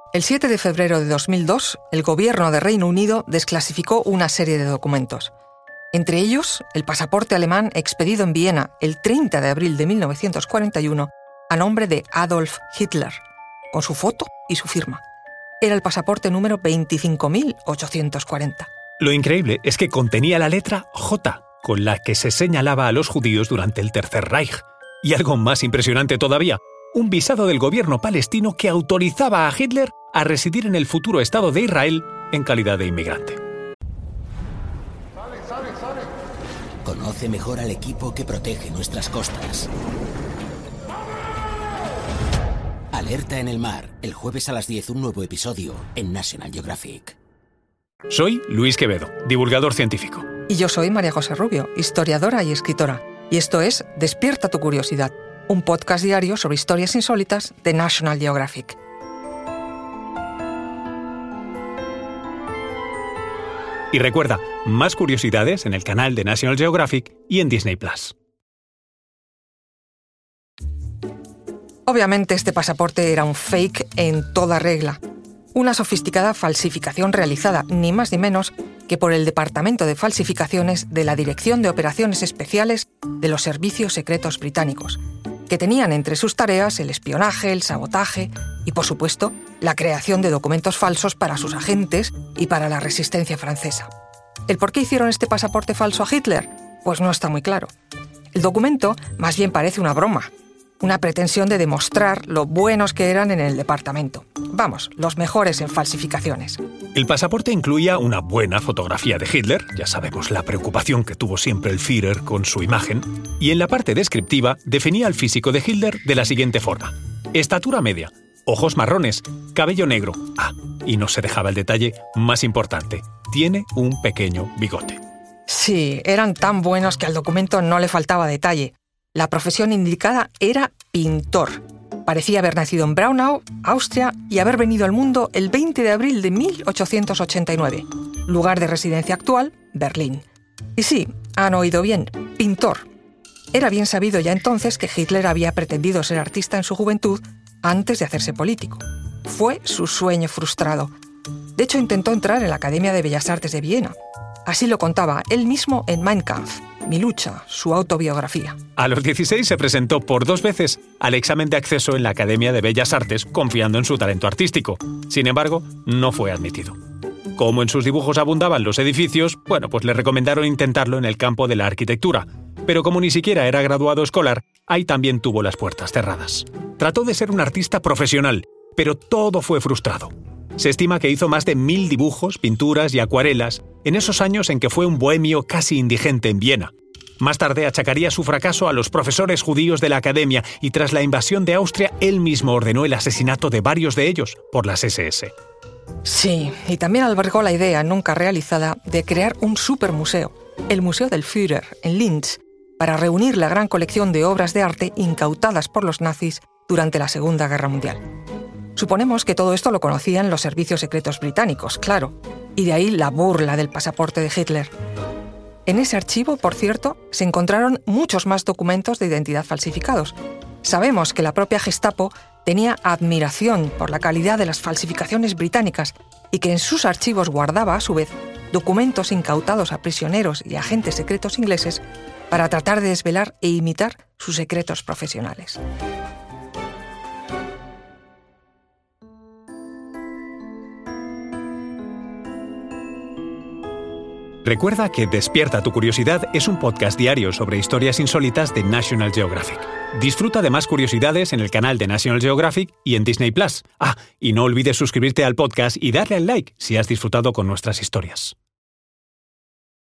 El 7 de febrero de 2002, el gobierno de Reino Unido desclasificó una serie de documentos. Entre ellos, el pasaporte alemán expedido en Viena el 30 de abril de 1941 a nombre de Adolf Hitler, con su foto y su firma. Era el pasaporte número 25.840. Lo increíble es que contenía la letra J, con la que se señalaba a los judíos durante el Tercer Reich. Y algo más impresionante todavía, un visado del gobierno palestino que autorizaba a Hitler a residir en el futuro Estado de Israel en calidad de inmigrante. Conoce mejor al equipo que protege nuestras costas. Alerta en el mar, el jueves a las 10, un nuevo episodio en National Geographic. Soy Luis Quevedo, divulgador científico. Y yo soy María José Rubio, historiadora y escritora. Y esto es Despierta tu curiosidad, un podcast diario sobre historias insólitas de National Geographic. Y recuerda, más curiosidades en el canal de National Geographic y en Disney+. Obviamente este pasaporte era un fake en toda regla. Una sofisticada falsificación realizada, ni más ni menos, que por el Departamento de Falsificaciones de la Dirección de Operaciones Especiales de los Servicios Secretos Británicos, que tenían entre sus tareas el espionaje, el sabotaje y, por supuesto, la creación de documentos falsos para sus agentes y para la resistencia francesa. ¿El por qué hicieron este pasaporte falso a Hitler? Pues no está muy claro. El documento más bien parece una broma, una pretensión de demostrar lo buenos que eran en el departamento. Vamos, los mejores en falsificaciones. El pasaporte incluía una buena fotografía de Hitler, ya sabemos la preocupación que tuvo siempre el Führer con su imagen, y en la parte descriptiva definía el físico de Hitler de la siguiente forma: estatura media, ojos marrones, cabello negro. Y no se dejaba el detalle más importante: tiene un pequeño bigote. Sí, eran tan buenos que al documento no le faltaba detalle. La profesión indicada era pintor. Parecía haber nacido en Braunau, Austria, y haber venido al mundo el 20 de abril de 1889. Lugar de residencia actual, Berlín. Y sí, han oído bien, pintor. Era bien sabido ya entonces que Hitler había pretendido ser artista en su juventud antes de hacerse político. Fue su sueño frustrado. De hecho, intentó entrar en la Academia de Bellas Artes de Viena. Así lo contaba él mismo en Mein Kampf, Mi lucha, su autobiografía. A los 16 se presentó por 2 veces al examen de acceso en la Academia de Bellas Artes, confiando en su talento artístico. Sin embargo, no fue admitido. Como en sus dibujos abundaban los edificios, pues le recomendaron intentarlo en el campo de la arquitectura. Pero como ni siquiera era graduado escolar, ahí también tuvo las puertas cerradas. Trató de ser un artista profesional, pero todo fue frustrado. Se estima que hizo más de 1000 dibujos, pinturas y acuarelas en esos años en que fue un bohemio casi indigente en Viena. Más tarde achacaría su fracaso a los profesores judíos de la academia y tras la invasión de Austria, él mismo ordenó el asesinato de varios de ellos por las SS. Sí, y también albergó la idea nunca realizada de crear un supermuseo, el Museo del Führer, en Linz, para reunir la gran colección de obras de arte incautadas por los nazis durante la Segunda Guerra Mundial. Suponemos que todo esto lo conocían los servicios secretos británicos, claro, y de ahí la burla del pasaporte de Hitler. En ese archivo, por cierto, se encontraron muchos más documentos de identidad falsificados. Sabemos que la propia Gestapo tenía admiración por la calidad de las falsificaciones británicas y que en sus archivos guardaba, a su vez, documentos incautados a prisioneros y agentes secretos ingleses para tratar de desvelar e imitar sus secretos profesionales. Recuerda que Despierta tu curiosidad es un podcast diario sobre historias insólitas de National Geographic. Disfruta de más curiosidades en el canal de National Geographic y en Disney+. Y no olvides suscribirte al podcast y darle al like si has disfrutado con nuestras historias.